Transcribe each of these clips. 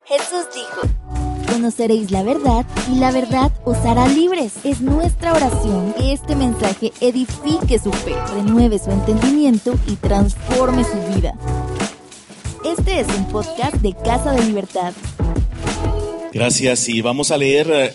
Jesús dijo: conoceréis la verdad y la verdad os hará libres. Es nuestra oración que este mensaje edifique su fe, renueve su entendimiento y transforme su vida. Este es un podcast de Casa de Libertad. Gracias, y vamos a leer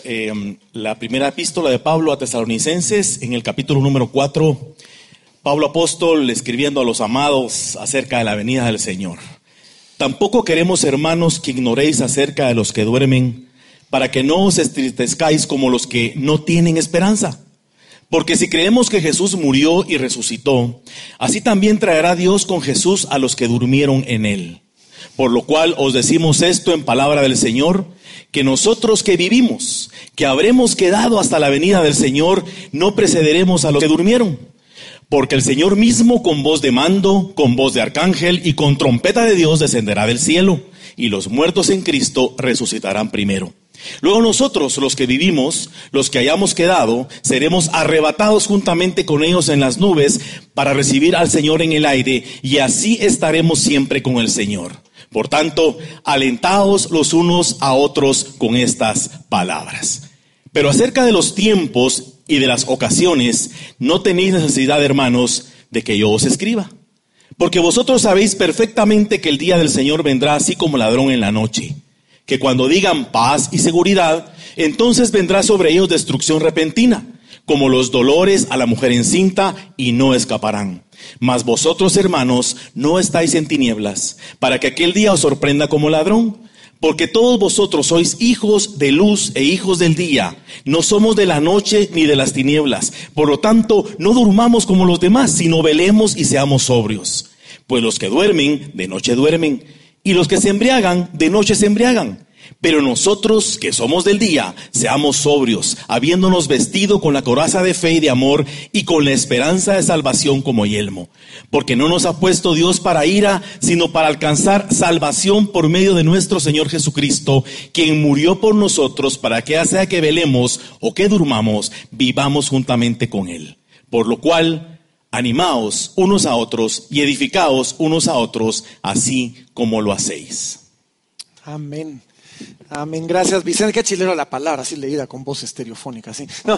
la primera epístola de Pablo a Tesalonicenses en el capítulo número 4. Pablo apóstol escribiendo a los amados acerca de la venida del Señor. Tampoco queremos, hermanos, que ignoréis acerca de los que duermen, para que no os entristezcáis como los que no tienen esperanza. Porque si creemos que Jesús murió y resucitó, así también traerá Dios con Jesús a los que durmieron en él. Por lo cual os decimos esto en palabra del Señor, que nosotros que vivimos, que habremos quedado hasta la venida del Señor, no precederemos a los que durmieron. Porque el Señor mismo con voz de mando, con voz de arcángel y con trompeta de Dios descenderá del cielo, y los muertos en Cristo resucitarán primero. Luego nosotros, los que vivimos, los que hayamos quedado, seremos arrebatados juntamente con ellos en las nubes para recibir al Señor en el aire, y así estaremos siempre con el Señor. Por tanto, alentaos los unos a otros con estas palabras. Pero acerca de los tiempos y de las ocasiones, no tenéis necesidad, hermanos, de que yo os escriba. Porque vosotros sabéis perfectamente que el día del Señor vendrá así como ladrón en la noche. Que cuando digan paz y seguridad, entonces vendrá sobre ellos destrucción repentina, como los dolores a la mujer encinta, y no escaparán. Mas vosotros, hermanos, no estáis en tinieblas, para que aquel día os sorprenda como ladrón. Porque todos vosotros sois hijos de luz e hijos del día. No somos de la noche ni de las tinieblas. Por lo tanto, no durmamos como los demás, sino velemos y seamos sobrios. Pues los que duermen, de noche duermen, y los que se embriagan, de noche se embriagan. Pero nosotros, que somos del día, seamos sobrios, habiéndonos vestido con la coraza de fe y de amor, y con la esperanza de salvación como yelmo. Porque no nos ha puesto Dios para ira, sino para alcanzar salvación por medio de nuestro Señor Jesucristo, quien murió por nosotros, para que ya sea que velemos o que durmamos, vivamos juntamente con Él. Por lo cual, animaos unos a otros y edificaos unos a otros, así como lo hacéis. Amén. Amén, gracias Vicente, qué chileno la palabra, así leída con voz estereofónica, así. No,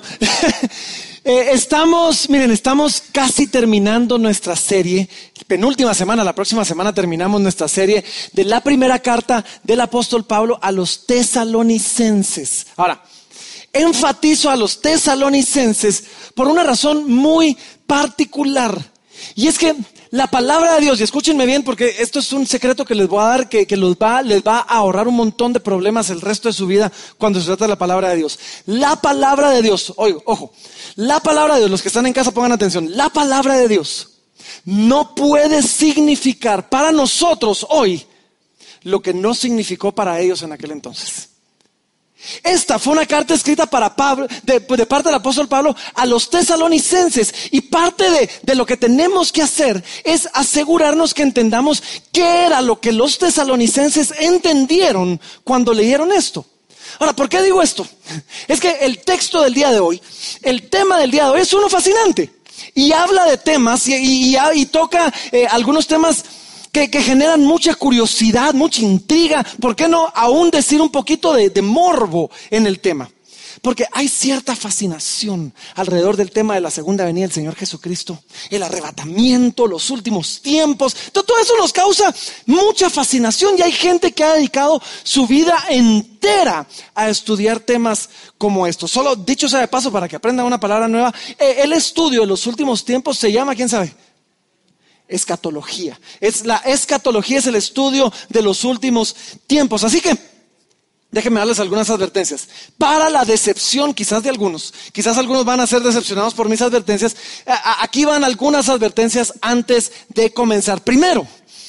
estamos casi terminando nuestra serie, penúltima semana, la próxima semana terminamos nuestra serie de la primera carta del apóstol Pablo a los tesalonicenses. Ahora, enfatizo a los tesalonicenses por una razón muy particular, y es que la palabra de Dios, y escúchenme bien porque esto es un secreto que les voy a dar, que les va a ahorrar un montón de problemas el resto de su vida cuando se trata de la palabra de Dios. La palabra de Dios, ojo, la palabra de Dios, los que están en casa pongan atención, la palabra de Dios no puede significar para nosotros hoy lo que no significó para ellos en aquel entonces. Esta fue una carta escrita para Pablo, de parte del apóstol Pablo a los tesalonicenses, y parte de lo que tenemos que hacer es asegurarnos que entendamos qué era lo que los tesalonicenses entendieron cuando leyeron esto. Ahora, ¿por qué digo esto? Es que el texto del día de hoy, el tema del día de hoy es uno fascinante y habla de temas y toca algunos temas que generan mucha curiosidad, mucha intriga, ¿por qué no aún decir un poquito de morbo en el tema? Porque hay cierta fascinación alrededor del tema de la segunda venida del Señor Jesucristo, el arrebatamiento, los últimos tiempos, todo eso nos causa mucha fascinación, y hay gente que ha dedicado su vida entera a estudiar temas como estos. Solo dicho sea de paso, para que aprendan una palabra nueva, el estudio de los últimos tiempos se llama, ¿quién sabe? Escatología. La escatología es el estudio de los últimos tiempos. Así que déjenme darles algunas advertencias. Para la decepción quizás de algunos, quizás algunos van a ser decepcionados por mis advertencias. Aquí van algunas advertencias antes de comenzar. Primero,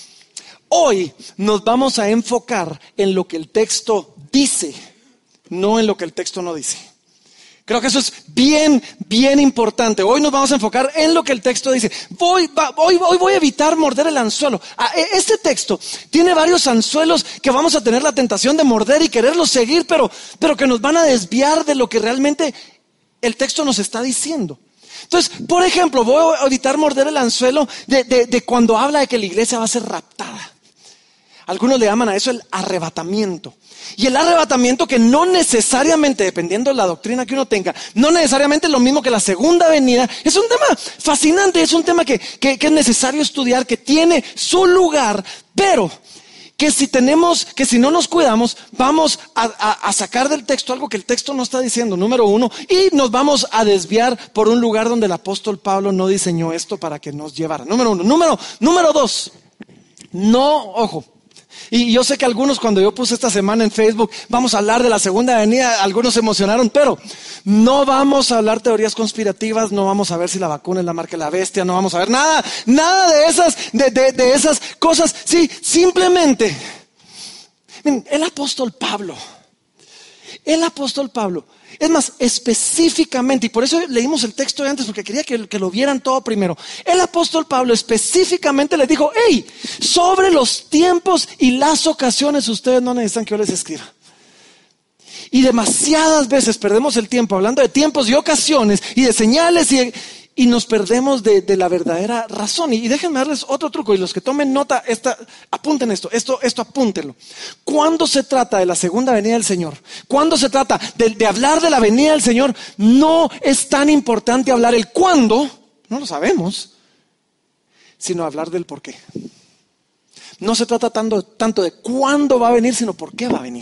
hoy nos vamos a enfocar en lo que el texto dice, no en lo que el texto no dice. Creo que eso es bien importante. Hoy nos vamos a enfocar en lo que el texto dice. Hoy voy a evitar morder el anzuelo. Este texto tiene varios anzuelos que vamos a tener la tentación de morder y quererlos seguir, pero que nos van a desviar de lo que realmente el texto nos está diciendo. Entonces, por ejemplo, voy a evitar morder el anzuelo de cuando habla de que la iglesia va a ser raptada. Algunos le llaman a eso el arrebatamiento. Y el arrebatamiento, que no necesariamente, dependiendo de la doctrina que uno tenga, no necesariamente es lo mismo que la segunda venida, es un tema fascinante, es un tema que es necesario estudiar, que tiene su lugar, pero que si no nos cuidamos, vamos a sacar del texto algo que el texto no está diciendo, número uno, y nos vamos a desviar por un lugar donde el apóstol Pablo no diseñó esto para que nos llevara. Número uno. Número dos, ojo. Y yo sé que algunos, cuando yo puse esta semana en Facebook, vamos a hablar de la segunda venida, algunos se emocionaron, pero no vamos a hablar teorías conspirativas, no vamos a ver si la vacuna es la marca de la bestia, no vamos a ver nada de esas cosas. Sí, simplemente, miren, el apóstol Pablo, es más, específicamente, y por eso leímos el texto de antes, porque quería que lo vieran todo primero. El apóstol Pablo específicamente les dijo: hey, sobre los tiempos y las ocasiones ustedes no necesitan que yo les escriba. Y demasiadas veces perdemos el tiempo hablando de tiempos y ocasiones y de señales y nos perdemos de la verdadera razón. Y déjenme darles otro truco, y los que tomen nota, apunten esto apúntenlo. Cuando se trata de la segunda venida del Señor, cuando se trata de hablar de la venida del Señor, no es tan importante hablar el cuándo, no lo sabemos, sino hablar del por qué. No se trata tanto de cuándo va a venir, sino por qué va a venir.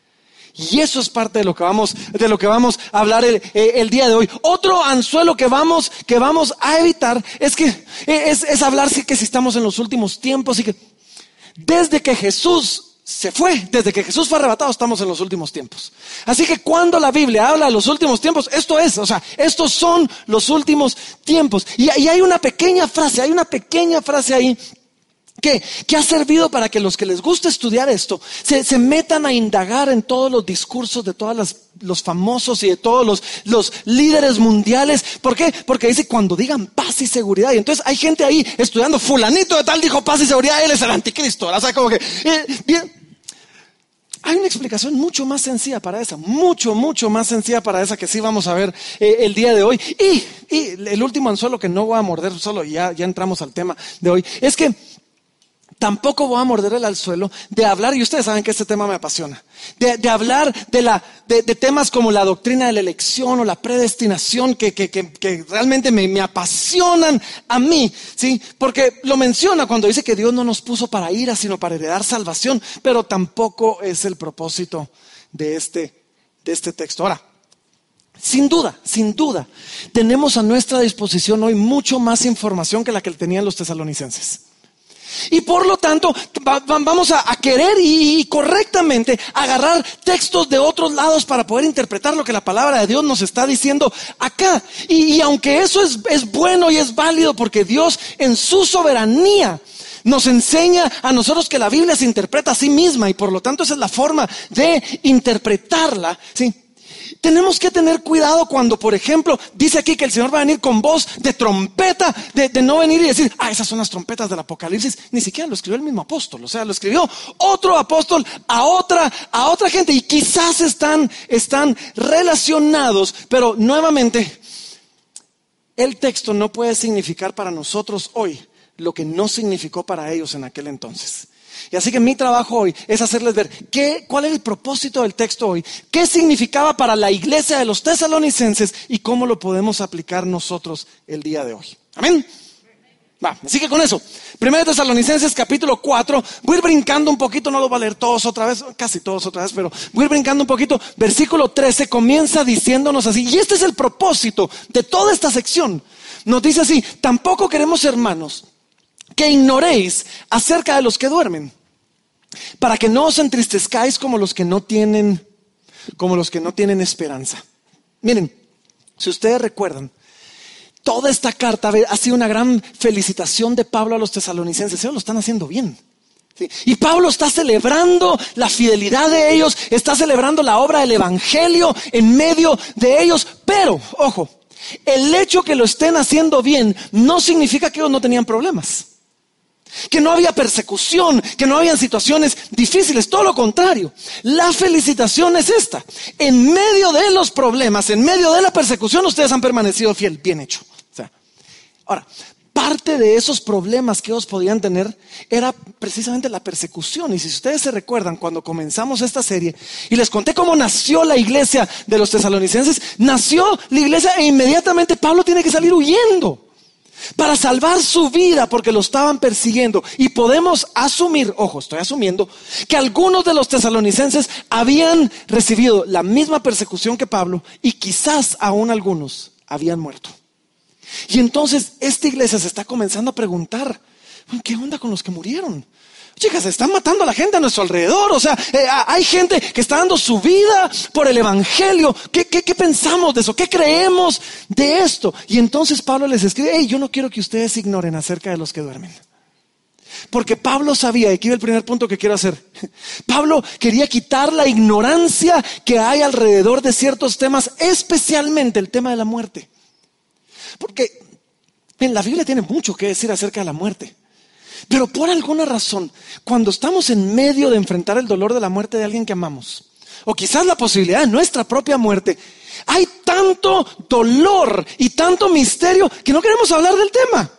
Y eso es parte de lo que vamos a hablar el día de hoy. Otro anzuelo que vamos a evitar es hablar que si estamos en los últimos tiempos, y que desde que Jesús fue arrebatado, estamos en los últimos tiempos. Así que cuando la Biblia habla de los últimos tiempos, estos son los últimos tiempos. Y hay una pequeña frase ahí que ha servido para que los que les gusta estudiar esto se metan a indagar en todos los discursos de todos los famosos y de todos los líderes mundiales. ¿Por qué? Porque dice: cuando digan paz y seguridad. Y entonces hay gente ahí estudiando: fulanito de tal dijo paz y seguridad, él es el anticristo. O sea, como que bien. Hay una explicación mucho más sencilla para esa, mucho más sencilla para esa, que sí vamos a ver el día de hoy. Y el último anzuelo que no voy a morder solo, ya entramos al tema de hoy, es que tampoco voy a morder el anzuelo de hablar, y ustedes saben que este tema me apasiona, de hablar de temas como la doctrina de la elección o la predestinación, que realmente me apasionan a mí, ¿sí? Porque lo menciona cuando dice que Dios no nos puso para ira, sino para heredar salvación, pero tampoco es el propósito de este texto. Ahora, sin duda, tenemos a nuestra disposición hoy mucho más información que la que tenían los tesalonicenses. Y por lo tanto vamos a querer y correctamente agarrar textos de otros lados para poder interpretar lo que la palabra de Dios nos está diciendo acá. Y aunque eso es bueno y es válido, porque Dios en su soberanía nos enseña a nosotros que la Biblia se interpreta a sí misma, y por lo tanto esa es la forma de interpretarla, ¿sí? Tenemos que tener cuidado cuando, por ejemplo, dice aquí que el Señor va a venir con voz de trompeta, de no venir y decir: esas son las trompetas del Apocalipsis. Ni siquiera lo escribió el mismo apóstol, o sea, lo escribió otro apóstol a otra gente, y quizás están relacionados, pero nuevamente el texto no puede significar para nosotros hoy lo que no significó para ellos en aquel entonces. Y así que mi trabajo hoy es hacerles ver cuál es el propósito del texto hoy, qué significaba para la iglesia de los tesalonicenses y cómo lo podemos aplicar nosotros el día de hoy. Amén. Así que con eso, 1 Tesalonicenses capítulo 4, voy a ir brincando un poquito, no lo voy a leer todos otra vez, casi todos otra vez, pero voy a ir brincando un poquito. Versículo 13 comienza diciéndonos así, y este es el propósito de toda esta sección. Nos dice así: tampoco queremos, hermanos, que ignoréis acerca de los que duermen, para que no os entristezcáis como los que no tienen esperanza. Miren, si ustedes recuerdan, toda esta carta ha sido una gran felicitación de Pablo a los tesalonicenses. Ellos lo están haciendo bien, ¿sí? Y Pablo está celebrando la fidelidad de ellos, está celebrando la obra del evangelio en medio de ellos. Pero, ojo, el hecho que lo estén haciendo bien no significa que ellos no tenían problemas, que no había persecución, que no habían situaciones difíciles. Todo lo contrario, la felicitación es esta: en medio de los problemas, en medio de la persecución, ustedes han permanecido fiel. Bien hecho. Ahora, parte de esos problemas que ellos podían tener era precisamente la persecución. Y si ustedes se recuerdan, cuando comenzamos esta serie y les conté cómo nació la iglesia de los tesalonicenses, nació la iglesia e inmediatamente Pablo tiene que salir huyendo para salvar su vida porque lo estaban persiguiendo. Y podemos asumir, ojo, estoy asumiendo, que algunos de los tesalonicenses habían recibido la misma persecución que Pablo y quizás aún algunos habían muerto. Y entonces esta iglesia se está comenzando a preguntar, ¿qué onda con los que murieron? Chicas, se están matando a la gente a nuestro alrededor. O sea, hay gente que está dando su vida por el evangelio. ¿Qué pensamos de eso? ¿Qué creemos de esto? Y entonces Pablo les escribe, yo no quiero que ustedes ignoren acerca de los que duermen. Porque Pablo sabía, y aquí va el primer punto que quiero hacer. Pablo quería quitar la ignorancia que hay alrededor de ciertos temas, especialmente el tema de la muerte. Porque en la Biblia tiene mucho que decir acerca de la muerte. Pero por alguna razón, cuando estamos en medio de enfrentar el dolor de la muerte de alguien que amamos, o quizás la posibilidad de nuestra propia muerte, hay tanto dolor y tanto misterio que no queremos hablar del tema.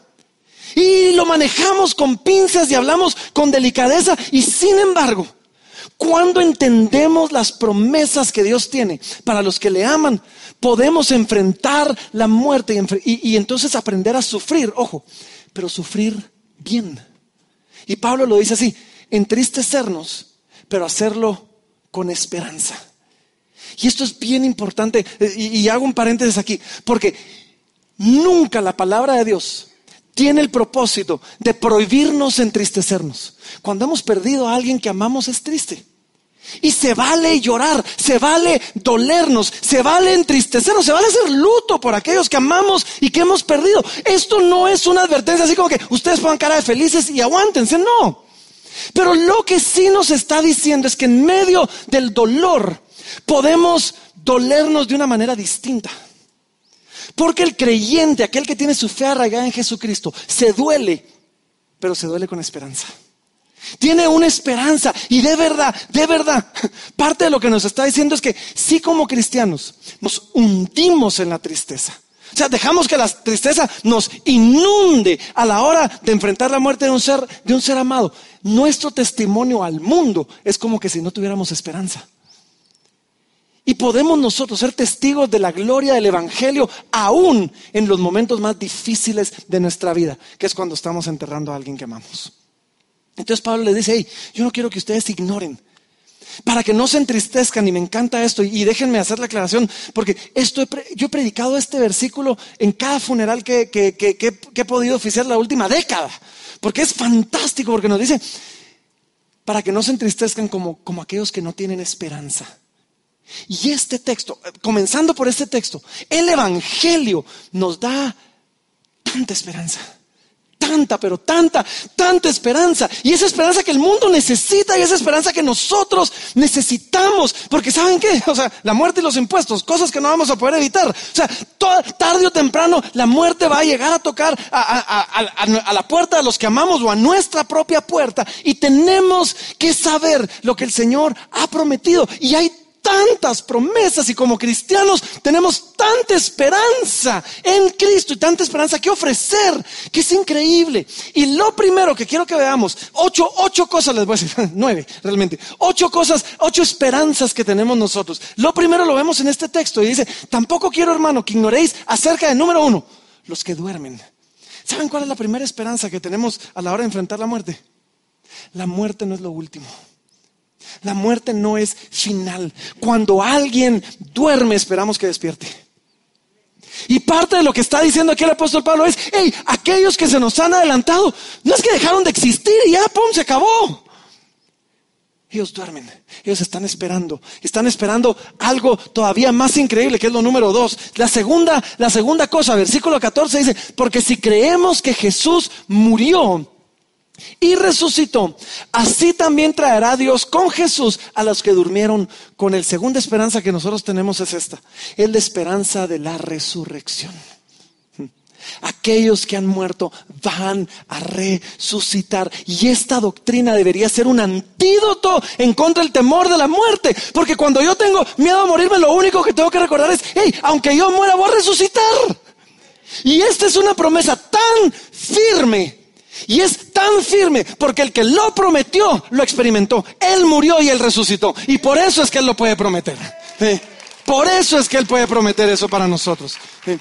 Y lo manejamos con pinzas y hablamos con delicadeza. Y sin embargo, cuando entendemos las promesas que Dios tiene para los que le aman, podemos enfrentar la muerte y entonces aprender a sufrir, ojo, pero sufrir bien. Y Pablo lo dice así, entristecernos, pero hacerlo con esperanza. Y esto es bien importante, y hago un paréntesis aquí, porque nunca la palabra de Dios tiene el propósito de prohibirnos entristecernos. Cuando hemos perdido a alguien que amamos es triste. Y se vale llorar, se vale dolernos, se vale entristecernos, se vale hacer luto por aquellos que amamos y que hemos perdido. Esto no es una advertencia así como que ustedes pongan cara de felices y aguántense, no. Pero lo que sí nos está diciendo es que en medio del dolor podemos dolernos de una manera distinta. Porque el creyente, aquel que tiene su fe arraigada en Jesucristo, se duele, pero se duele con esperanza. Tiene una esperanza y de verdad, parte de lo que nos está diciendo es que sí, como cristianos nos hundimos en la tristeza. O sea, dejamos que la tristeza nos inunde a la hora de enfrentar la muerte de un ser amado. Nuestro testimonio al mundo es como que si no tuviéramos esperanza. Y podemos nosotros ser testigos de la gloria del evangelio aún en los momentos más difíciles de nuestra vida, que es cuando estamos enterrando a alguien que amamos. Entonces Pablo le dice, yo no quiero que ustedes ignoren, para que no se entristezcan, y me encanta esto, y déjenme hacer la aclaración, porque yo he predicado este versículo en cada funeral que he podido oficiar la última década, porque es fantástico, porque nos dice, para que no se entristezcan como aquellos que no tienen esperanza. Y este texto, comenzando por este texto, el evangelio nos da tanta esperanza. Tanta esperanza. Y esa esperanza que el mundo necesita y esa esperanza que nosotros necesitamos. Porque ¿saben qué? O sea, la muerte y los impuestos, cosas que no vamos a poder evitar. O sea, tarde o temprano la muerte va a llegar a tocar a la puerta de los que amamos o a nuestra propia puerta. Y tenemos que saber lo que el Señor ha prometido. Y hay tantas promesas y como cristianos tenemos tanta esperanza en Cristo y tanta esperanza que ofrecer, que es increíble. Y lo primero que quiero que veamos, 8 cosas les voy a decir, 9 realmente, 8 cosas, 8 esperanzas que tenemos nosotros. Lo primero lo vemos en este texto y dice, tampoco quiero, hermano, que ignoréis acerca de número 1, los que duermen. ¿Saben cuál es la primera esperanza que tenemos a la hora de enfrentar la muerte? La muerte no es lo último. La muerte no es final. Cuando alguien duerme, esperamos que despierte. Y parte de lo que está diciendo aquí el apóstol Pablo es, aquellos que se nos han adelantado, no es que dejaron de existir y ya, ¡pum!, se acabó. Ellos duermen, ellos están esperando algo todavía más increíble, que es lo número 2. La segunda cosa, versículo 14 dice, porque si creemos que Jesús murió y resucitó, así también traerá Dios con Jesús a los que durmieron con él. Segunda esperanza que nosotros tenemos es esta, es la esperanza de la resurrección. Aquellos que han muerto van a resucitar. Y esta doctrina debería ser un antídoto en contra del temor de la muerte. Porque cuando yo tengo miedo a morirme, lo único que tengo que recordar es, aunque yo muera, voy a resucitar. Y esta es una promesa tan firme. Y es tan firme porque el que lo prometió lo experimentó. Él murió y Él resucitó. Y por eso es que Él lo puede prometer. ¿Sí? Por eso es que Él puede prometer eso para nosotros. ¿Sí?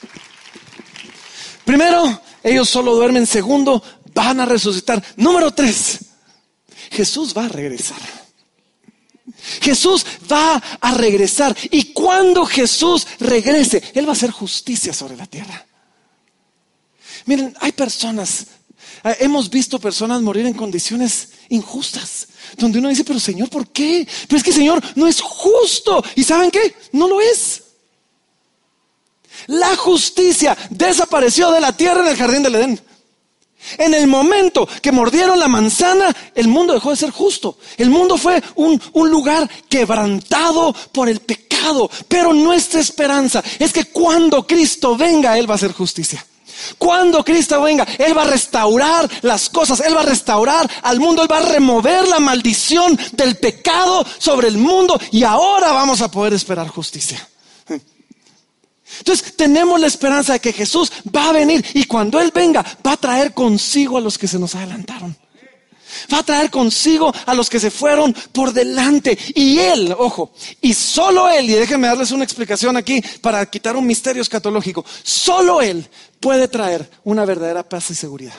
Primero, ellos solo duermen. Segundo, van a resucitar. Número 3, Jesús va a regresar. Jesús va a regresar. Y cuando Jesús regrese, Él va a hacer justicia sobre la tierra. Miren, hay personas, hemos visto personas morir en condiciones injustas, donde uno dice, pero Señor, ¿por qué? Pero es que Señor, no es justo. ¿Y saben qué? No lo es. La justicia desapareció de la tierra en el jardín del Edén. En el momento que mordieron la manzana, el mundo dejó de ser justo. El mundo fue un lugar quebrantado por el pecado. Pero nuestra esperanza es que cuando Cristo venga, Él va a hacer justicia. Cuando Cristo venga, Él va a restaurar las cosas. Él va a restaurar al mundo. Él va a remover la maldición del pecado sobre el mundo. Y ahora vamos a poder esperar justicia. Entonces tenemos la esperanza de que Jesús va a venir. Y cuando Él venga, va a traer consigo a los que se nos adelantaron. Va a traer consigo a los que se fueron por delante. Y Él, ojo, y solo Él, y déjenme darles una explicación aquí para quitar un misterio escatológico. Solo Él puede traer una verdadera paz y seguridad.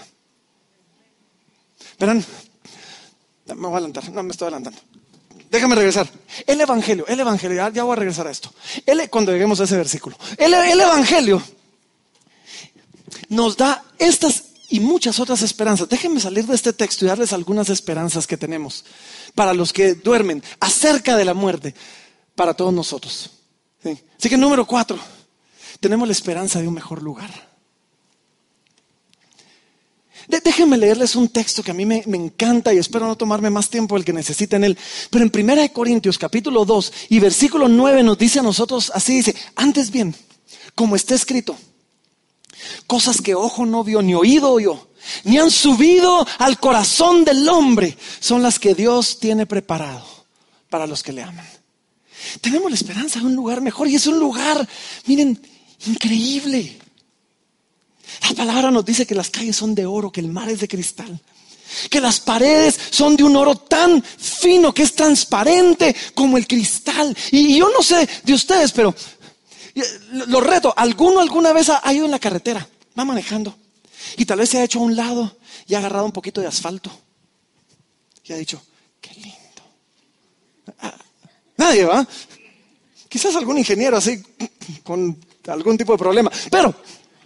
Verán, me voy a adelantar, no me estoy adelantando. Déjame regresar. El Evangelio, ya voy a regresar a esto. Cuando lleguemos a ese versículo. El Evangelio nos da estas y muchas otras esperanzas. Déjenme salir de este texto y darles algunas esperanzas que tenemos para los que duermen acerca de la muerte para todos nosotros. ¿Sí? Así que número 4, tenemos la esperanza de un mejor lugar. Déjenme leerles un texto que a mí me encanta y espero no tomarme más tiempo del que necesite en él. Pero en 1 Corintios capítulo 2 y versículo 9 nos dice a nosotros, así dice: antes bien, como está escrito, cosas que ojo no vio, ni oído oyó, ni han subido al corazón del hombre, son las que Dios tiene preparado para los que le aman. Tenemos la esperanza de un lugar mejor, y es un lugar, miren, increíble. La palabra nos dice que las calles son de oro, que el mar es de cristal, que las paredes son de un oro tan fino que es transparente como el cristal. Y yo no sé de ustedes, pero lo reto, alguna vez ha ido en la carretera, va manejando y tal vez se ha hecho a un lado y ha agarrado un poquito de asfalto y ha dicho, qué lindo. Nadie, ¿va? Quizás algún ingeniero así con algún tipo de problema, pero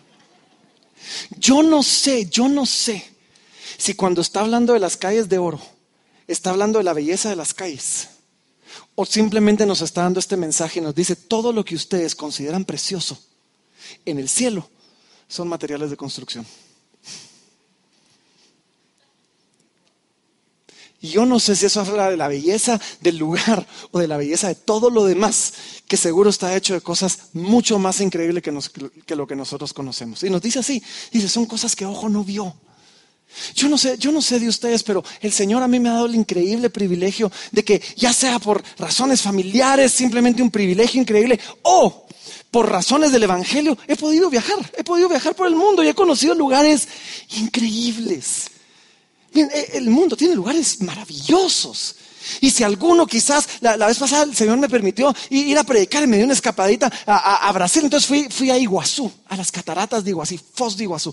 yo no sé si cuando está hablando de las calles de oro está hablando de la belleza de las calles, o simplemente nos está dando este mensaje y nos dice: todo lo que ustedes consideran precioso en el cielo son materiales de construcción. Y yo no sé si eso habla de la belleza del lugar o de la belleza de todo lo demás, que seguro está hecho de cosas mucho más increíbles que lo que nosotros conocemos. Y nos dice así, dice, son cosas que ojo no vio. Yo no sé de ustedes, pero el Señor a mí me ha dado el increíble privilegio de que, ya sea por razones familiares, simplemente un privilegio increíble, o por razones del Evangelio, he podido viajar por el mundo y he conocido lugares increíbles. Bien, el mundo tiene lugares maravillosos. Y si alguno quizás, la vez pasada el Señor me permitió ir a predicar y me dio una escapadita a Brasil. Entonces fui a Iguazú, a las cataratas de Iguazú, Foz de Iguazú.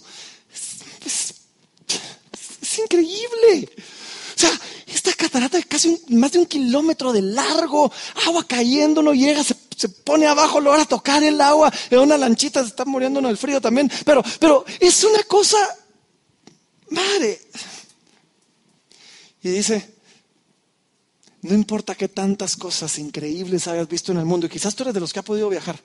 Es increíble. O sea, esta catarata de casi más de 1 kilómetro de largo, agua cayendo, uno llega, se pone abajo, logra tocar el agua en una lanchita, se está muriendo uno del frío también. Pero es una cosa, madre. Y dice, no importa qué tantas cosas increíbles hayas visto en el mundo, y quizás tú eres de los que ha podido viajar,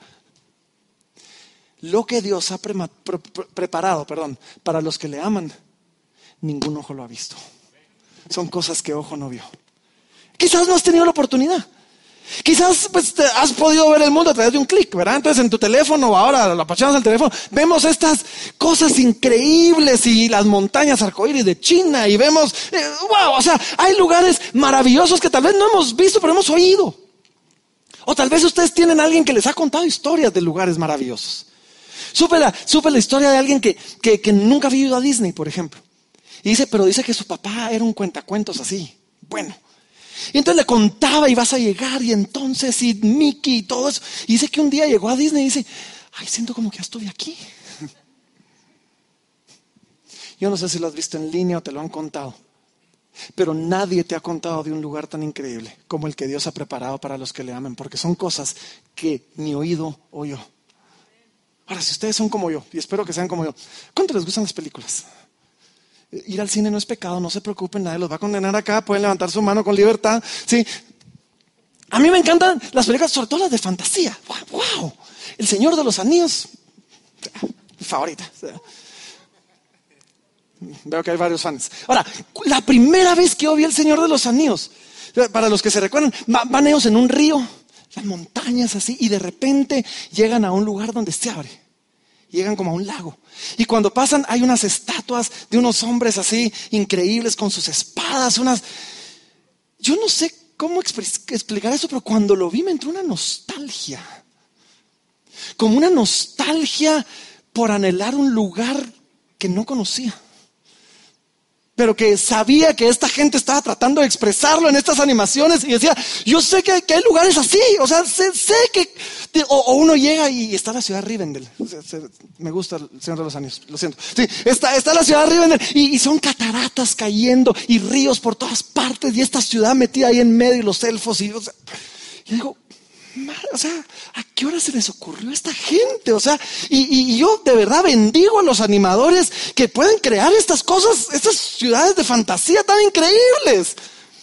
lo que Dios ha preparado para los que le aman, ningún ojo lo ha visto. Son cosas que ojo no vio. Quizás no has tenido la oportunidad. Quizás has podido ver el mundo a través de un clic, ¿verdad? Entonces en tu teléfono, ahora lo apachamos al teléfono, vemos estas cosas increíbles y las montañas arcoíris de China y vemos, wow, o sea, hay lugares maravillosos que tal vez no hemos visto, pero hemos oído. O tal vez ustedes tienen a alguien que les ha contado historias de lugares maravillosos. Supe la historia de alguien que nunca había ido a Disney, por ejemplo. Y pero dice que su papá era un cuentacuentos así. Bueno. Y entonces le contaba y vas a llegar y entonces y Mickey y todo eso. Y dice que un día llegó a Disney y dice, ay, siento como que ya estuve aquí. Yo no sé si lo has visto en línea o te lo han contado. Pero nadie te ha contado de un lugar tan increíble como el que Dios ha preparado para los que le aman, porque son cosas que ni oído oyó. Ahora, si ustedes son como yo, y espero que sean como yo, ¿cuánto les gustan las películas? Ir al cine no es pecado, no se preocupen, nadie los va a condenar acá, pueden levantar su mano con libertad, ¿sí? A mí me encantan las películas, sobre todo las de fantasía. ¡Wow! El Señor de los Anillos, mi favorita. Veo que hay varios fans. Ahora, la primera vez que yo vi El Señor de los Anillos, para los que se recuerdan, van ellos en un río, las montañas así, y de repente llegan a un lugar donde se abre. Llegan como a un lago. Y cuando pasan hay unas estatuas de unos hombres así increíbles con sus espadas, Yo no sé cómo explicar eso, pero cuando lo vi me entró una nostalgia. Como una nostalgia por anhelar un lugar que no conocía. Pero que sabía que esta gente estaba tratando de expresarlo en estas animaciones y decía, yo sé que hay lugares así, o sea, sé que... O uno llega y está la ciudad de Rivendell. Me gusta El Señor de los Anillos, lo siento. Sí, está la ciudad de Rivendell y son cataratas cayendo y ríos por todas partes y esta ciudad metida ahí en medio y los elfos. Y digo, madre, o sea, ¿a qué hora se les ocurrió a esta gente? O sea, y yo de verdad bendigo a los animadores que pueden crear estas cosas, estas ciudades de fantasía tan increíbles.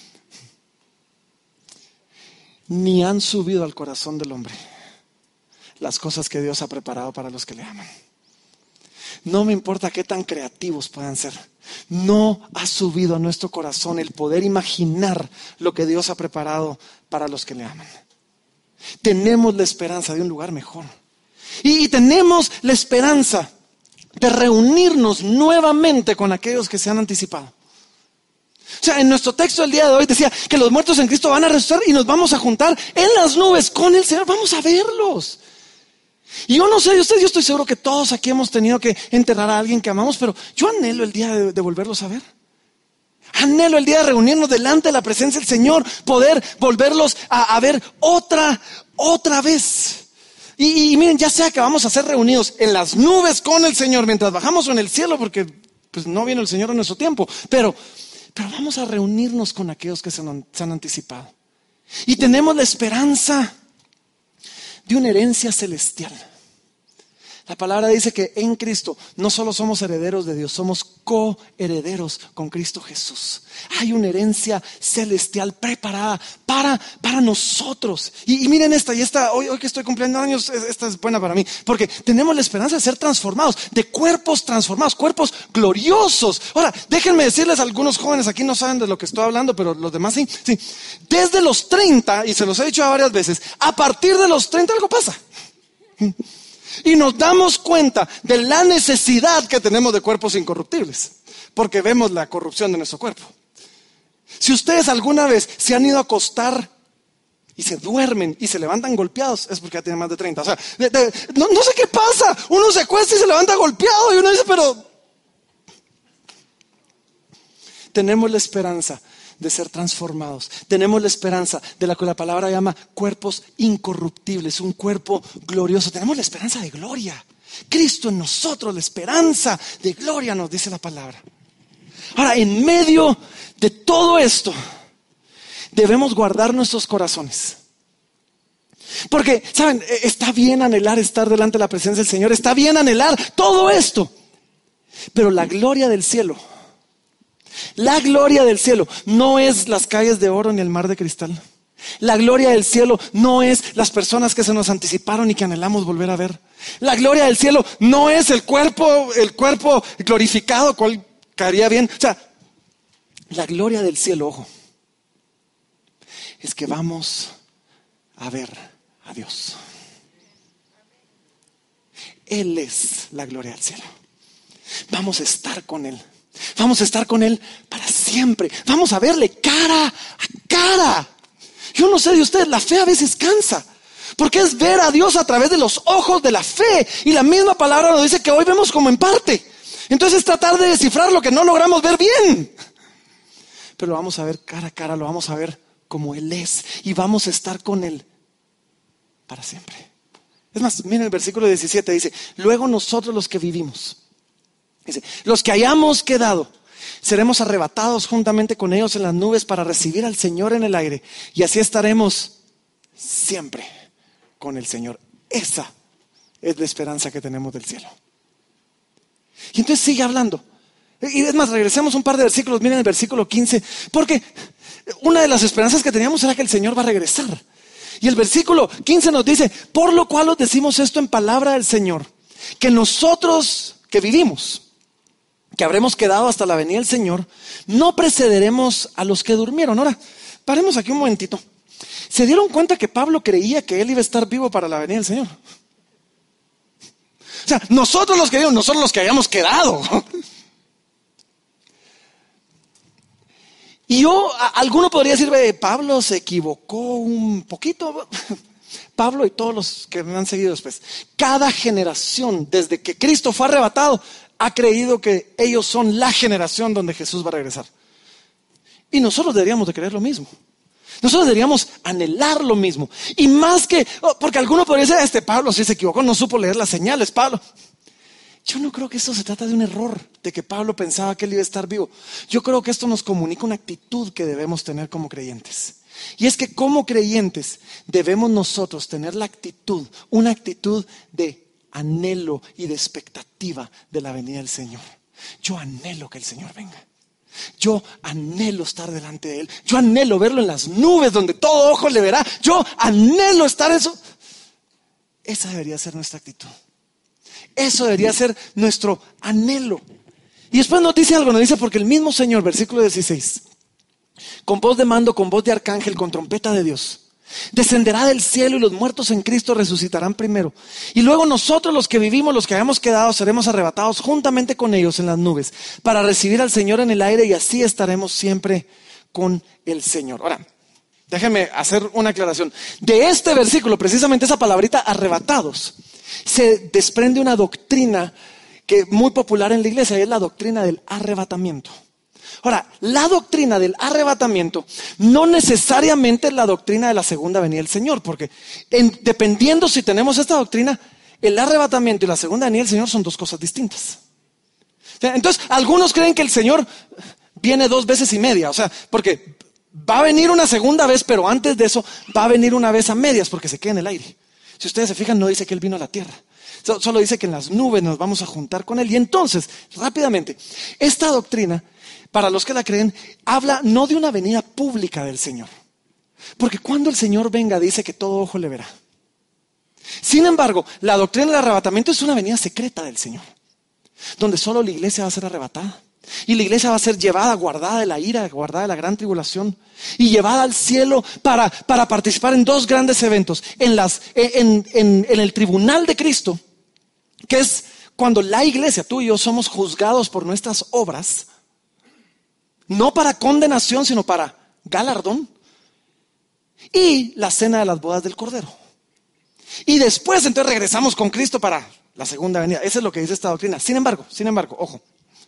Ni han subido al corazón del hombre las cosas que Dios ha preparado para los que le aman. No me importa qué tan creativos puedan ser. No ha subido a nuestro corazón el poder imaginar lo que Dios ha preparado para los que le aman. Tenemos la esperanza de un lugar mejor. Y tenemos la esperanza de reunirnos nuevamente con aquellos que se han anticipado. O sea, en nuestro texto del día de hoy decía que los muertos en Cristo van a resucitar y nos vamos a juntar en las nubes con el Señor. Vamos a verlos. Y yo no sé de ustedes, yo estoy seguro que todos aquí hemos tenido que enterrar a alguien que amamos, pero yo anhelo el día de volverlos a ver. Anhelo el día de reunirnos delante de la presencia del Señor, poder volverlos a ver otra vez. Y miren, ya sea que vamos a ser reunidos en las nubes con el Señor mientras bajamos o en el cielo, porque pues no viene el Señor en nuestro tiempo, pero vamos a reunirnos con aquellos que se han anticipado. Y tenemos la esperanza de una herencia celestial. La palabra dice que en Cristo no solo somos herederos de Dios, somos coherederos con Cristo Jesús. Hay una herencia celestial preparada para nosotros. Y miren hoy que estoy cumpliendo años, esta es buena para mí, porque tenemos la esperanza de ser transformados, de cuerpos transformados, cuerpos gloriosos. Ahora, déjenme decirles, algunos jóvenes aquí no saben de lo que estoy hablando, pero los demás sí. Desde los 30, y se los he dicho varias veces, a partir de los 30 algo pasa. Y nos damos cuenta de la necesidad que tenemos de cuerpos incorruptibles, porque vemos la corrupción de nuestro cuerpo. Si ustedes alguna vez se han ido a acostar y se duermen y se levantan golpeados, es porque ya tienen más de 30. O sea, no sé qué pasa. Uno se acuesta y se levanta golpeado y uno dice, pero... Tenemos la esperanza de ser transformados. Tenemos la esperanza de la que la palabra llama cuerpos incorruptibles, un cuerpo glorioso. Tenemos la esperanza de gloria. Cristo en nosotros, la esperanza de gloria, nos dice la palabra. Ahora, en medio de todo esto, debemos guardar nuestros corazones. Porque, ¿saben? Está bien anhelar estar delante de la presencia del Señor. Está bien anhelar todo esto. Pero la gloria del cielo, no es las calles de oro ni el mar de cristal. La gloria del cielo no es las personas que se nos anticiparon y que anhelamos volver a ver. La gloria del cielo no es el cuerpo glorificado, cual caería bien. O sea, la gloria del cielo, ojo, es que vamos a ver a Dios. Él es la gloria del cielo. Vamos a estar con Él. Vamos a estar con Él para siempre. Vamos a verle cara a cara. Yo no sé de ustedes, la fe a veces cansa. Porque es ver a Dios a través de los ojos de la fe. Y la misma palabra nos dice que hoy vemos como en parte. Entonces es tratar de descifrar lo que no logramos ver bien. Pero lo vamos a ver cara a cara, lo vamos a ver como Él es. Y vamos a estar con Él para siempre. Es más, miren el versículo 17, dice, luego nosotros los que vivimos, dice, los que hayamos quedado, seremos arrebatados juntamente con ellos en las nubes para recibir al Señor en el aire. Y así estaremos siempre con el Señor. Esa es la esperanza que tenemos del cielo. Y entonces sigue hablando. Y es más, regresemos un par de versículos. Miren el versículo 15. Porque una de las esperanzas que teníamos era que el Señor va a regresar. Y el versículo 15 nos dice, por lo cual os decimos esto en palabra del Señor, que nosotros que vivimos, que habremos quedado hasta la venida del Señor, no precederemos a los que durmieron. Ahora, paremos aquí un momentito. ¿Se dieron cuenta que Pablo creía que él iba a estar vivo para la venida del Señor? O sea, nosotros los que vivimos, nosotros los que habíamos quedado. Y alguno podría decir, Pablo se equivocó un poquito. Pablo y todos los que me han seguido después. Cada generación, desde que Cristo fue arrebatado, ha creído que ellos son la generación donde Jesús va a regresar. Y nosotros deberíamos de creer lo mismo. Nosotros deberíamos anhelar lo mismo. Y más que, porque alguno podría decir, Pablo sí se equivocó, no supo leer las señales, Pablo. Yo no creo que esto se trata de un error, de que Pablo pensaba que él iba a estar vivo. Yo creo que esto nos comunica una actitud que debemos tener como creyentes. Y es que como creyentes debemos nosotros tener la actitud, una actitud de anhelo y de expectativa de la venida del Señor. Yo anhelo que el Señor venga. Yo anhelo estar delante de Él. Yo anhelo verlo en las nubes donde todo ojo le verá. Yo anhelo estar en eso. Esa debería ser nuestra actitud. Eso debería ser nuestro anhelo. Y después nos dice algo, nos dice, porque el mismo Señor, versículo 16, con voz de mando, con voz de arcángel, con trompeta de Dios, descenderá del cielo y los muertos en Cristo resucitarán primero. Y luego nosotros los que vivimos, los que hayamos quedado, seremos arrebatados juntamente con ellos en las nubes para recibir al Señor en el aire y así estaremos siempre con el Señor. Ahora, déjenme hacer una aclaración. De este versículo, precisamente esa palabrita arrebatados, se desprende una doctrina que es muy popular en la iglesia, es la doctrina del arrebatamiento. Ahora, la doctrina del arrebatamiento no necesariamente es la doctrina de la segunda venida del Señor, porque dependiendo si tenemos esta doctrina, el arrebatamiento y la segunda venida del Señor son dos cosas distintas. Entonces, algunos creen que el Señor viene 2 veces y media, o sea, porque va a venir una segunda vez, pero antes de eso va a venir una vez a medias, porque se queda en el aire. Si ustedes se fijan, no dice que Él vino a la tierra. Solo dice que en las nubes nos vamos a juntar con Él. Y entonces, rápidamente, esta doctrina, para los que la creen, habla no de una venida pública del Señor. Porque cuando el Señor venga, dice que todo ojo le verá. Sin embargo, la doctrina del arrebatamiento es una venida secreta del Señor, donde solo la iglesia va a ser arrebatada. Y la iglesia va a ser llevada, guardada de la ira, guardada de la gran tribulación y llevada al cielo para participar en 2 grandes eventos. En el tribunal de Cristo, que es cuando la iglesia, tú y yo, somos juzgados por nuestras obras, no para condenación, sino para galardón. Y la cena de las bodas del Cordero. Y después entonces regresamos con Cristo para la segunda venida. Eso es lo que dice esta doctrina. Sin embargo, ojo.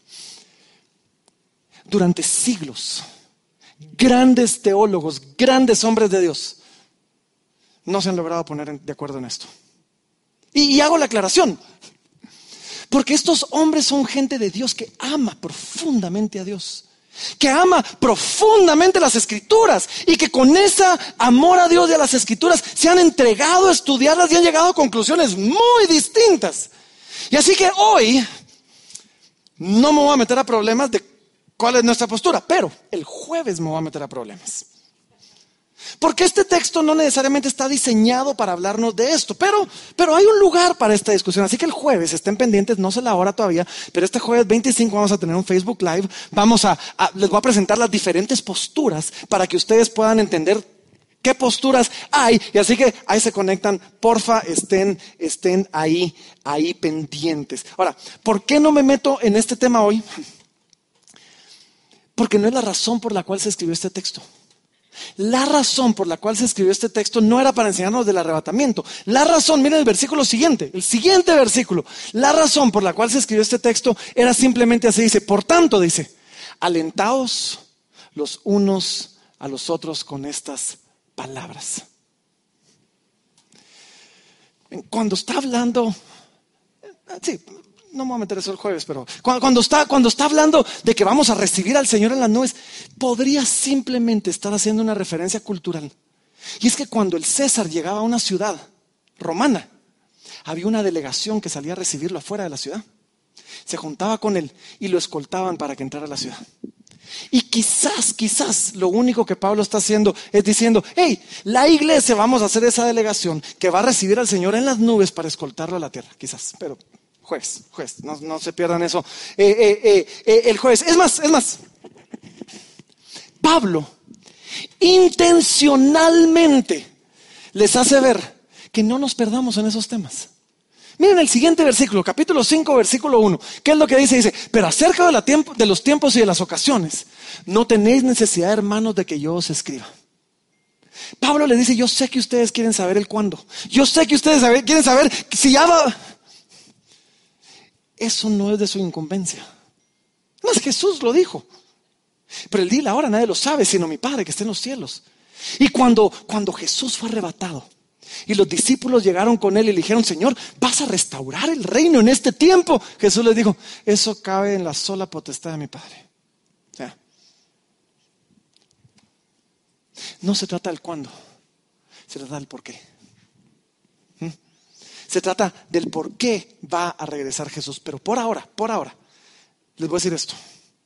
Durante siglos, grandes teólogos, grandes hombres de Dios, no se han logrado poner de acuerdo en esto. Y hago la aclaración, porque estos hombres son gente de Dios que ama profundamente a Dios, que ama profundamente las Escrituras y que con ese amor a Dios y a las Escrituras se han entregado a estudiarlas y han llegado a conclusiones muy distintas. Y así que hoy no me voy a meter a problemas de cuál es nuestra postura, pero el jueves me voy a meter a problemas. Porque este texto no necesariamente está diseñado para hablarnos de esto, pero hay un lugar para esta discusión. Así que el jueves, estén pendientes, no sé la hora todavía, pero este jueves 25 vamos a tener un Facebook Live. Les voy a presentar las diferentes posturas para que ustedes puedan entender qué posturas hay. Y así que ahí se conectan, porfa, estén ahí pendientes. Ahora, ¿por qué no me meto en este tema hoy? Porque no es la razón por la cual se escribió este texto. La razón por la cual se escribió este texto no era para enseñarnos del arrebatamiento. La razón, miren el versículo siguiente, el siguiente versículo. La razón por la cual se escribió este texto era simplemente así, dice, por tanto, dice, alentaos los unos a los otros con estas palabras. Cuando está hablando, sí, no me voy a meter eso el jueves, pero cuando está hablando de que vamos a recibir al Señor en las nubes, podría simplemente estar haciendo una referencia cultural. Y es que cuando el César llegaba a una ciudad romana, había una delegación que salía a recibirlo afuera de la ciudad. Se juntaba con él y lo escoltaban para que entrara a la ciudad. Y quizás lo único que Pablo está haciendo es diciendo, hey, la iglesia vamos a hacer esa delegación que va a recibir al Señor en las nubes para escoltarlo a la tierra, quizás, pero jueves, no se pierdan eso. El jueves, es más, Pablo intencionalmente les hace ver que no nos perdamos en esos temas. Miren el siguiente versículo, capítulo 5, versículo 1. ¿Qué es lo que dice? Dice, pero acerca de los tiempos y de las ocasiones, no tenéis necesidad, hermanos, de que yo os escriba. Pablo le dice, yo sé que ustedes quieren saber el cuándo. Yo sé que ustedes quieren saber si ya va. Eso no es de su incumbencia. No, es Jesús lo dijo. Pero el día y la hora nadie lo sabe, sino mi Padre que está en los cielos. Y cuando Jesús fue arrebatado, y los discípulos llegaron con él y le dijeron, Señor, ¿vas a restaurar el reino en este tiempo? Jesús les dijo, eso cabe en la sola potestad de mi Padre. O sea, no se trata del cuándo, se trata del por qué. Se trata del por qué va a regresar Jesús. Pero por ahora, les voy a decir esto.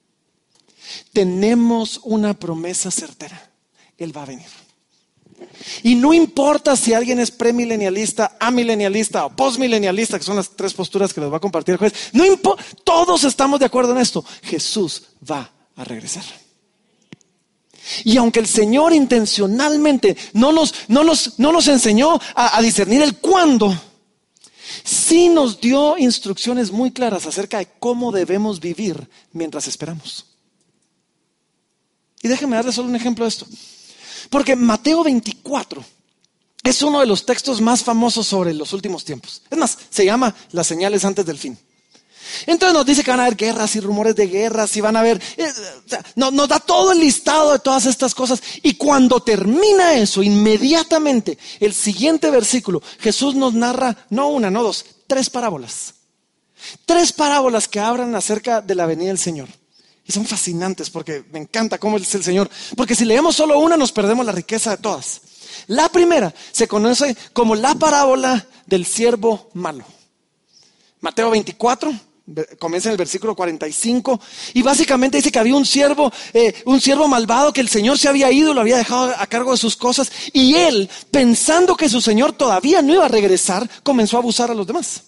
Tenemos una promesa certera. Él va a venir. Y no importa si alguien es premilenialista, amilenialista o postmilenialista, que son las tres posturas que les va a compartir el juez. No importa, todos estamos de acuerdo en esto. Jesús va a regresar. Y aunque el Señor intencionalmente no nos enseñó a discernir el cuándo, sí nos dio instrucciones muy claras acerca de cómo debemos vivir mientras esperamos. Y déjenme darles solo un ejemplo de esto. Porque Mateo 24 es uno de los textos más famosos sobre los últimos tiempos. Es más, se llama las señales antes del fin. Entonces nos dice que van a haber guerras y rumores de guerras y van a haber, nos da todo el listado de todas estas cosas. Y cuando termina eso, inmediatamente, el siguiente versículo, Jesús nos narra, no una, no dos, tres parábolas. Tres parábolas que hablan acerca de la venida del Señor. Y son fascinantes porque me encanta cómo es el Señor. Porque si leemos solo una nos perdemos la riqueza de todas. La primera se conoce como la parábola del siervo malo. Mateo 24, comienza en el versículo 45. Y básicamente dice que había un siervo malvado que el Señor se había ido, lo había dejado a cargo de sus cosas. Y él, pensando que su Señor todavía no iba a regresar, comenzó a abusar a los demás.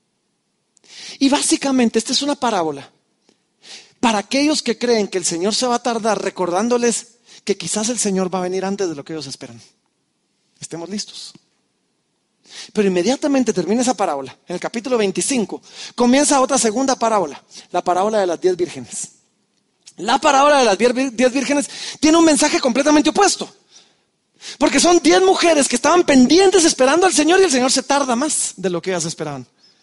Y básicamente esta es una parábola para aquellos que creen que el Señor se va a tardar, recordándoles que quizás el Señor va a venir antes de lo que ellos esperan. Estemos listos. Pero inmediatamente termina esa parábola. En el capítulo 25 comienza otra segunda parábola, la parábola de las 10 vírgenes. La parábola de las 10 vírgenes tiene un mensaje completamente opuesto. Porque son 10 mujeres que estaban pendientes esperando al Señor y el Señor se tarda más de lo que ellas esperaban.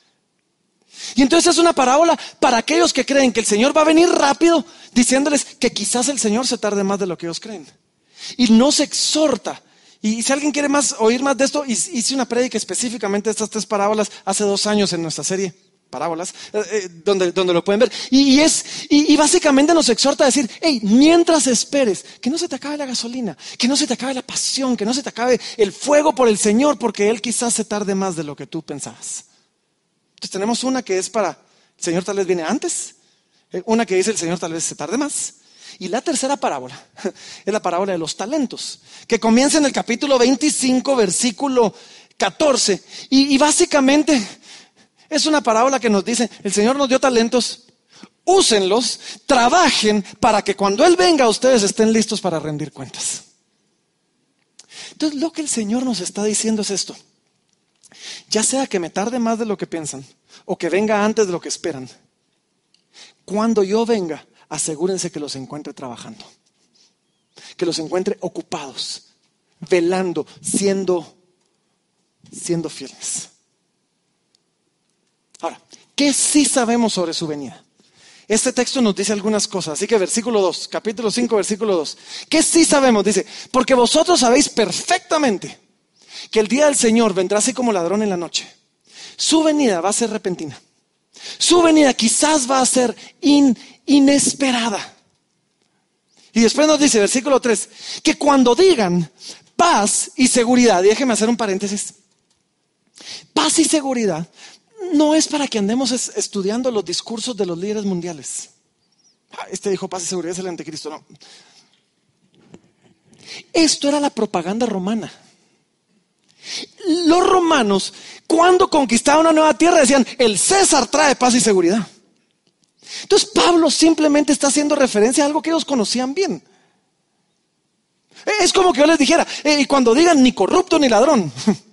Y entonces es una parábola para aquellos que creen que el Señor va a venir rápido, diciéndoles que quizás el Señor se tarde más de lo que ellos creen. Y nos exhorta. Y si alguien quiere oír más de esto, hice una prédica específicamente de estas tres parábolas hace 2 años en nuestra serie Parábolas, donde lo pueden ver. Y básicamente nos exhorta a decir, hey, mientras esperes, que no se te acabe la gasolina, que no se te acabe la pasión, que no se te acabe el fuego por el Señor, porque Él quizás se tarde más de lo que tú pensabas. Entonces tenemos una que es para, el Señor tal vez viene antes, una que dice el Señor tal vez se tarde más. Y la tercera parábola es la parábola de los talentos, que comienza en el capítulo 25, versículo 14. Y básicamente es una parábola que nos dice, el Señor nos dio talentos, úsenlos, trabajen para que cuando Él venga ustedes estén listos para rendir cuentas. Entonces lo que el Señor nos está diciendo es esto. Ya sea que me tarde más de lo que piensan o que venga antes de lo que esperan, cuando yo venga, asegúrense que los encuentre trabajando. que los encuentre ocupados, velando, siendo fieles. Ahora, ¿qué sí sabemos sobre su venida? Este texto nos dice algunas cosas, así que versículo 2, capítulo 5, versículo 2. ¿Qué sí sabemos? Dice, porque vosotros sabéis perfectamente que el día del Señor vendrá así como ladrón en la noche. Su venida va a ser repentina. Su venida quizás va a ser inesperada. Y después nos dice, versículo 3, que cuando digan paz y seguridad, y déjeme hacer un paréntesis, paz y seguridad no es para que andemos estudiando los discursos de los líderes mundiales. Este dijo paz y seguridad es el anticristo. No. Esto era la propaganda romana. Los romanos, cuando conquistaban una nueva tierra, decían, el César trae paz y seguridad. Entonces Pablo simplemente está haciendo referencia a algo que ellos conocían bien. Es como que yo les dijera, y cuando digan ni corrupto ni ladrón.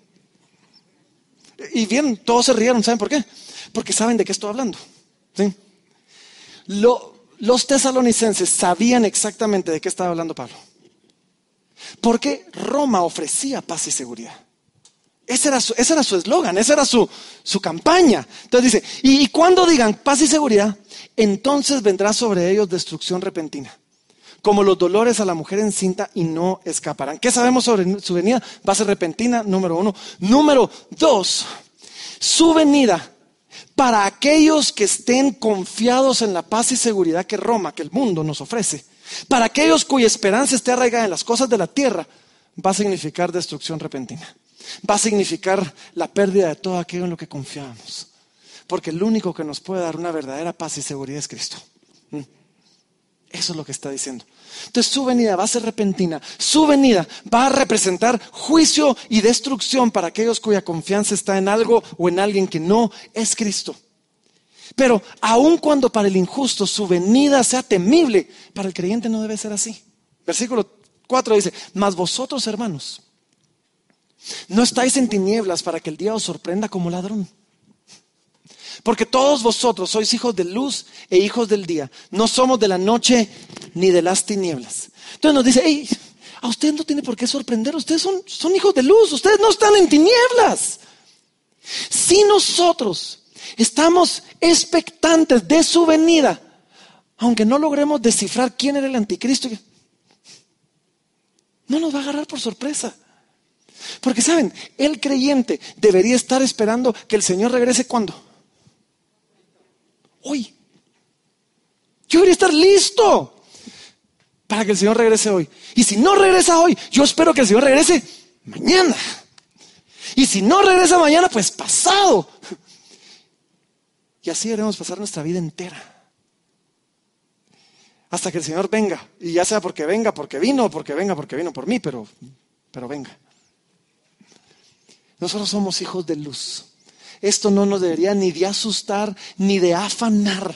Y bien, todos se rieron, ¿saben por qué? Porque saben de qué estoy hablando. ¿Sí? Los tesalonicenses sabían exactamente de qué estaba hablando Pablo. Porque Roma ofrecía paz y seguridad. Ese era su eslogan, esa era su campaña. Entonces dice, y cuando digan paz y seguridad, entonces vendrá sobre ellos destrucción repentina, como los dolores a la mujer encinta, y no escaparán. ¿Qué sabemos sobre su venida? Va a ser repentina, número 1. Número 2, su venida para aquellos que estén confiados en la paz y seguridad que Roma, que el mundo nos ofrece. Para aquellos cuya esperanza esté arraigada en las cosas de la tierra, va a significar destrucción repentina. Va a significar la pérdida de todo aquello en lo que confiábamos. Porque el único que nos puede dar una verdadera paz y seguridad es Cristo. Eso es lo que está diciendo. Entonces su venida va a ser repentina. Su venida va a representar juicio y destrucción para aquellos cuya confianza está en algo o en alguien que no es Cristo. Pero aun cuando para el injusto su venida sea temible, para el creyente no debe ser así. Versículo 4 dice, mas vosotros, hermanos, no estáis en tinieblas para que el día os sorprenda como ladrón. Porque todos vosotros sois hijos de luz e hijos del día. No somos de la noche ni de las tinieblas. Entonces nos dice, hey, a ustedes no tiene por qué sorprender. Ustedes son hijos de luz. Ustedes no están en tinieblas. Si nosotros estamos expectantes de su venida, aunque no logremos descifrar quién era el anticristo, no nos va a agarrar por sorpresa. Porque saben, el creyente debería estar esperando que el Señor regrese ¿cuándo? Hoy. Yo debería estar listo para que el Señor regrese hoy. Y si no regresa hoy, yo espero que el Señor regrese mañana. Y si no regresa mañana, pues pasado. Y así debemos pasar nuestra vida entera. Hasta que el Señor venga. Y ya sea porque venga, porque vino, porque venga, porque vino por mí, pero venga. Nosotros somos hijos de luz. Esto no nos debería ni de asustar, ni de afanar.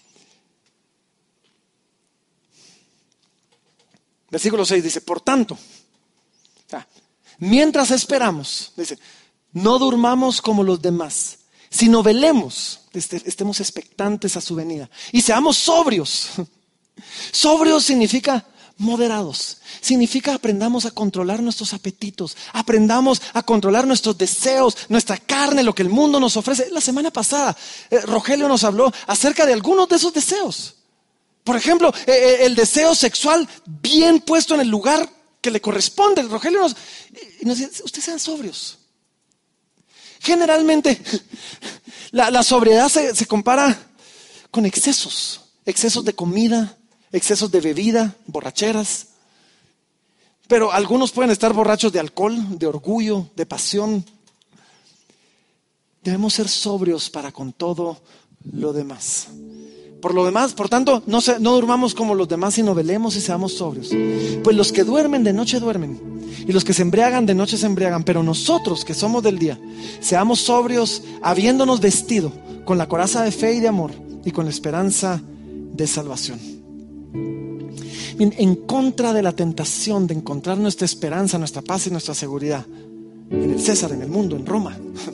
Versículo 6 dice, por tanto, mientras esperamos, dice, no durmamos como los demás, sino velemos, estemos expectantes a su venida y seamos sobrios. Sobrios significa moderados. Significa aprendamos a controlar nuestros apetitos, aprendamos a controlar nuestros deseos, nuestra carne, lo que el mundo nos ofrece. La semana pasada, Rogelio nos habló acerca de algunos de esos deseos. Por ejemplo, el deseo sexual bien puesto en el lugar que le corresponde. Rogelio nos dice, ustedes sean sobrios. Generalmente, la sobriedad se compara con excesos de comida, excesos de bebida, borracheras. Pero algunos pueden estar borrachos de alcohol, de orgullo, de pasión. Debemos ser sobrios para con todo lo demás. Por tanto, no durmamos como los demás, sino velemos y seamos sobrios. Pues los que duermen de noche duermen, y los que se embriagan de noche se embriagan. Pero nosotros que somos del día, seamos sobrios, habiéndonos vestido con la coraza de fe y de amor, y con la esperanza de salvación. En contra de la tentación de encontrar nuestra esperanza, nuestra paz y nuestra seguridad en el César, en el mundo, en Roma,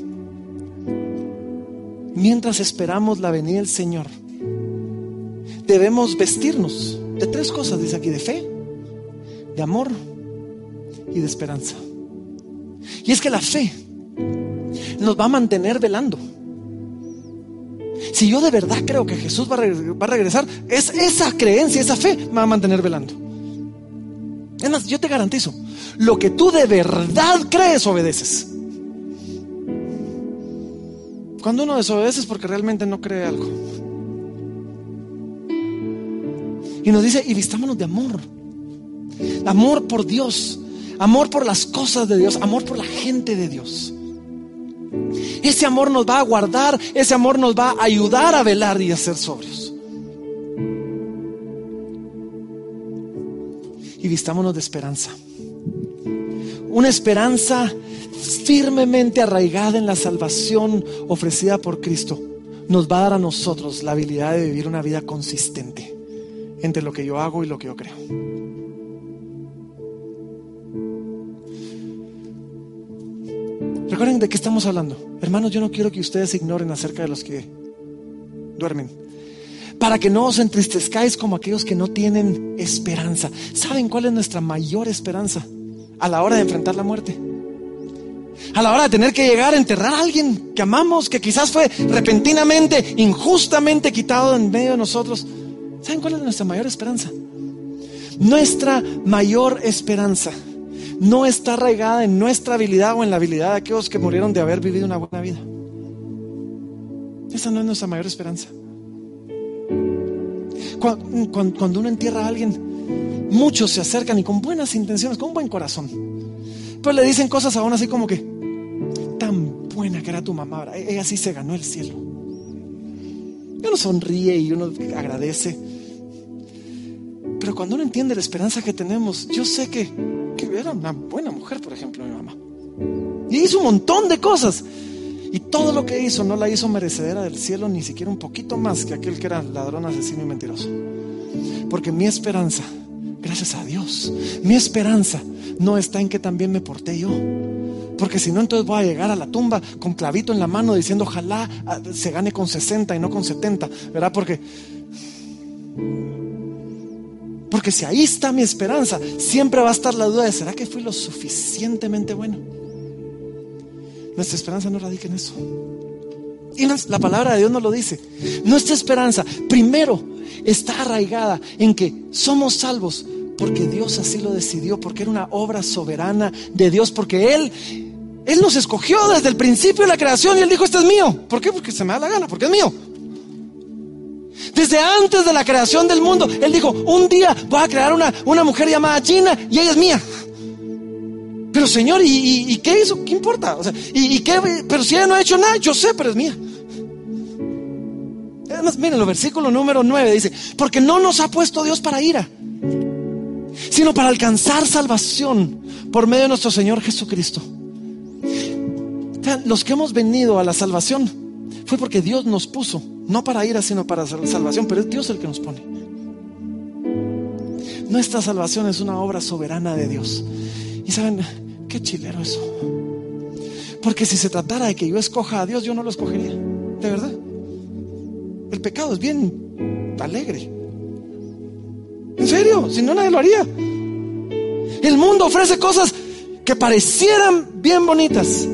mientras esperamos la venida del Señor, debemos vestirnos de 3 cosas, dice aquí: de fe, de amor y de esperanza. Y es que la fe nos va a mantener velando. Si yo de verdad creo que Jesús va a regresar, es esa creencia, esa fe me va a mantener velando. Es más, yo te garantizo, lo que tú de verdad crees, obedeces. Cuando uno desobedece es porque realmente no cree algo. Y nos dice, y vistámonos de amor. Amor por Dios, amor por las cosas de Dios, amor por la gente de Dios. Ese amor nos va a guardar, ese amor nos va a ayudar a velar y a ser sobrios. Y vistámonos de esperanza. Una esperanza firmemente arraigada en la salvación ofrecida por Cristo nos va a dar a nosotros la habilidad de vivir una vida consistente entre lo que yo hago y lo que yo creo. Recuerden de qué estamos hablando. Hermanos, yo no quiero que ustedes ignoren acerca de los que duermen, para que no os entristezcáis como aquellos que no tienen esperanza. ¿Saben cuál es nuestra mayor esperanza a la hora de enfrentar la muerte? A la hora de tener que llegar a enterrar a alguien que amamos, que quizás fue repentinamente, injustamente quitado en medio de nosotros. ¿Saben cuál es nuestra mayor esperanza? Nuestra mayor esperanza no está arraigada en nuestra habilidad o en la habilidad de aquellos que murieron de haber vivido una buena vida. Esa no es nuestra mayor esperanza. Cuando uno entierra a alguien, muchos se acercan y con buenas intenciones, con un buen corazón, pues le dicen cosas a uno así como que: tan buena que era tu mamá, ¿verdad? Ella sí se ganó el cielo. Y uno sonríe y uno agradece. Pero cuando uno entiende la esperanza que tenemos, yo sé que era una buena mujer, por ejemplo, mi mamá, y hizo un montón de cosas, y todo lo que hizo no la hizo merecedera del cielo, ni siquiera un poquito más que aquel que era ladrón, asesino y mentiroso. Porque mi esperanza, gracias a Dios, mi esperanza no está en que también me porté yo, porque si no, entonces voy a llegar a la tumba con clavito en la mano diciendo: ojalá se gane con 60 y no con 70, ¿verdad? Porque si ahí está mi esperanza, siempre va a estar la duda de: ¿será que fui lo suficientemente bueno? Nuestra esperanza no radica en eso. Y la palabra de Dios nos lo dice. Nuestra esperanza primero está arraigada en que somos salvos porque Dios así lo decidió, porque era una obra soberana de Dios, porque Él nos escogió desde el principio de la creación y Él dijo: este es mío. ¿Por qué? Porque se me da la gana, porque es mío. Desde antes de la creación del mundo, Él dijo: un día voy a crear una mujer llamada Gina y ella es mía. Pero Señor, ¿y qué hizo? ¿Qué importa? O sea, ¿y qué? Pero si ella no ha hecho nada, yo sé, pero es mía. Además, miren, el versículo número 9 dice: porque no nos ha puesto Dios para ira, sino para alcanzar salvación por medio de nuestro Señor Jesucristo. Los que hemos venido a la salvación fue porque Dios nos puso, no para ira, sino para salvación, pero es Dios el que nos pone. Nuestra salvación es una obra soberana de Dios. Y saben, qué chilero eso. Porque si se tratara de que yo escoja a Dios, yo no lo escogería, de verdad. El pecado es bien alegre. En serio, si no, nadie lo haría. El mundo ofrece cosas que parecieran bien bonitas,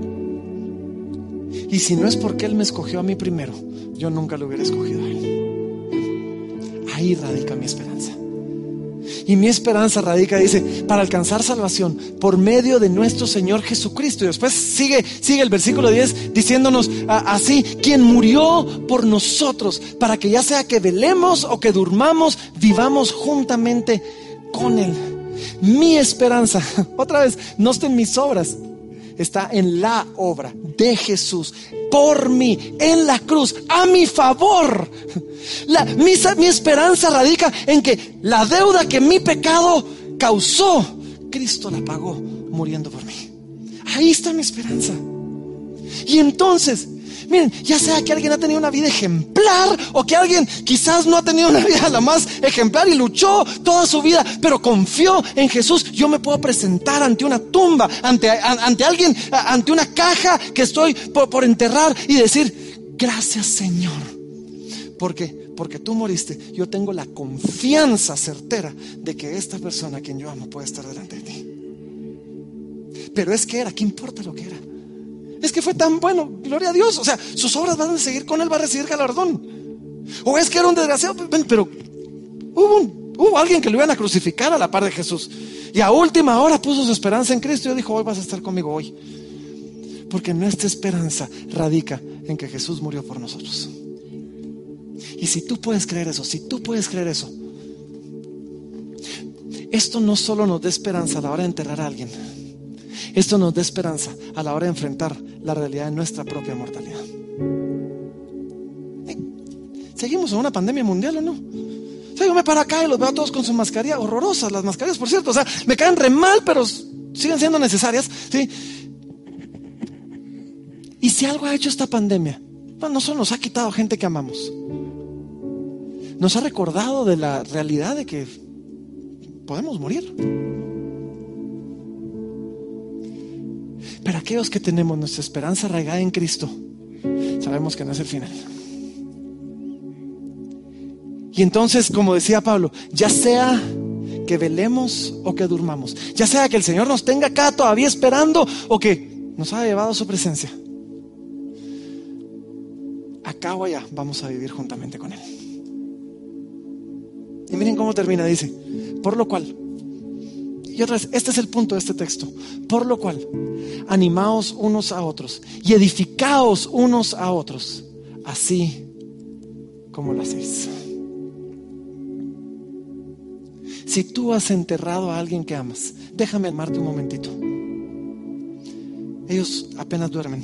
y si no es porque Él me escogió a mí primero, yo nunca lo hubiera escogido a Él. Ahí radica mi esperanza. Y mi esperanza radica, dice, para alcanzar salvación por medio de nuestro Señor Jesucristo. Y después sigue el versículo 10 diciéndonos así: quien murió por nosotros, para que ya sea que velemos o que durmamos, vivamos juntamente con Él. Mi esperanza, otra vez, no está en mis obras, está en la obra de Jesús por mí, en la cruz, a mi favor. Mi esperanza radica en que la deuda que mi pecado causó, Cristo la pagó muriendo por mí. Ahí está mi esperanza. Y entonces, miren, ya sea que alguien ha tenido una vida ejemplar o que alguien quizás no ha tenido una vida la más ejemplar y luchó toda su vida, pero confió en Jesús, yo me puedo presentar ante una tumba, ante alguien, ante una caja que estoy por enterrar y decir: gracias, Señor, porque porque tú moriste, yo tengo la confianza certera de que esta persona a quien yo amo puede estar delante de ti. Pero es que ¿qué importa lo que era? Es que fue tan bueno, gloria a Dios. O sea, sus obras van a seguir con él, va a recibir galardón. O es que era un desgraciado, pero hubo alguien que lo iban a crucificar a la par de Jesús. Y a última hora puso su esperanza en Cristo y dijo, hoy vas a estar conmigo hoy. Porque nuestra esperanza radica en que Jesús murió por nosotros. Y si tú puedes creer eso, esto no solo nos da esperanza a la hora de enterrar a alguien, esto nos da esperanza a la hora de enfrentar la realidad de nuestra propia mortalidad. ¿Seguimos en una pandemia mundial o no? O sea, yo me paro acá y los veo a todos con su mascarilla, horrorosas las mascarillas, por cierto. O sea, me caen re mal, pero siguen siendo necesarias, ¿sí? Y si algo ha hecho esta pandemia, no solo nos ha quitado gente que amamos, nos ha recordado de la realidad de que podemos morir. Pero aquellos que tenemos nuestra esperanza arraigada en Cristo, sabemos que no es el final. Y entonces, como decía Pablo, ya sea que velemos o que durmamos, ya sea que el Señor nos tenga acá todavía esperando o que nos haya llevado a su presencia, acá o allá vamos a vivir juntamente con Él. Y miren cómo termina, dice, por lo cual, y otra vez, este es el punto de este texto, por lo cual, animaos unos a otros y edificaos unos a otros, así como lo hacéis. Si tú has enterrado a alguien que amas, déjame amarte un momentito. Ellos apenas duermen.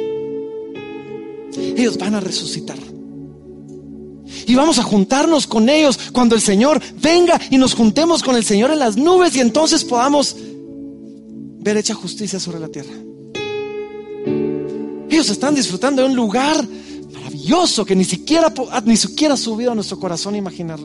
Ellos van a resucitar. Y vamos a juntarnos con ellos cuando el Señor venga y nos juntemos con el Señor en las nubes y entonces podamos ver hecha justicia sobre la tierra. Ellos están disfrutando de un lugar maravilloso que ni siquiera ha subido a nuestro corazón imaginarlo.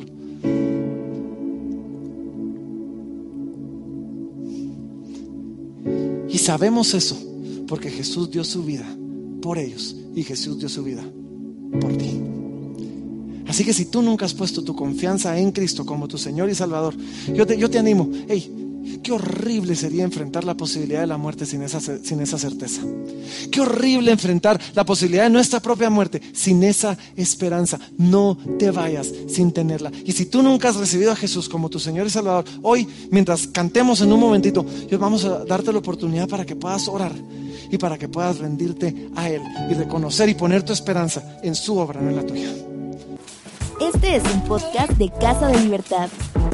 Y sabemos eso porque Jesús dio su vida por ellos y Jesús dio su vida por ti. Así que si tú nunca has puesto tu confianza en Cristo como tu Señor y Salvador, yo te animo. Qué horrible sería enfrentar la posibilidad de la muerte sin esa certeza. Qué horrible enfrentar la posibilidad de nuestra propia muerte sin esa esperanza. No te vayas sin tenerla. Y si tú nunca has recibido a Jesús como tu Señor y Salvador, hoy, mientras cantemos en un momentito, vamos a darte la oportunidad para que puedas orar y para que puedas rendirte a Él y reconocer y poner tu esperanza en su obra, no en la tuya. Este es un podcast de Casa de Libertad.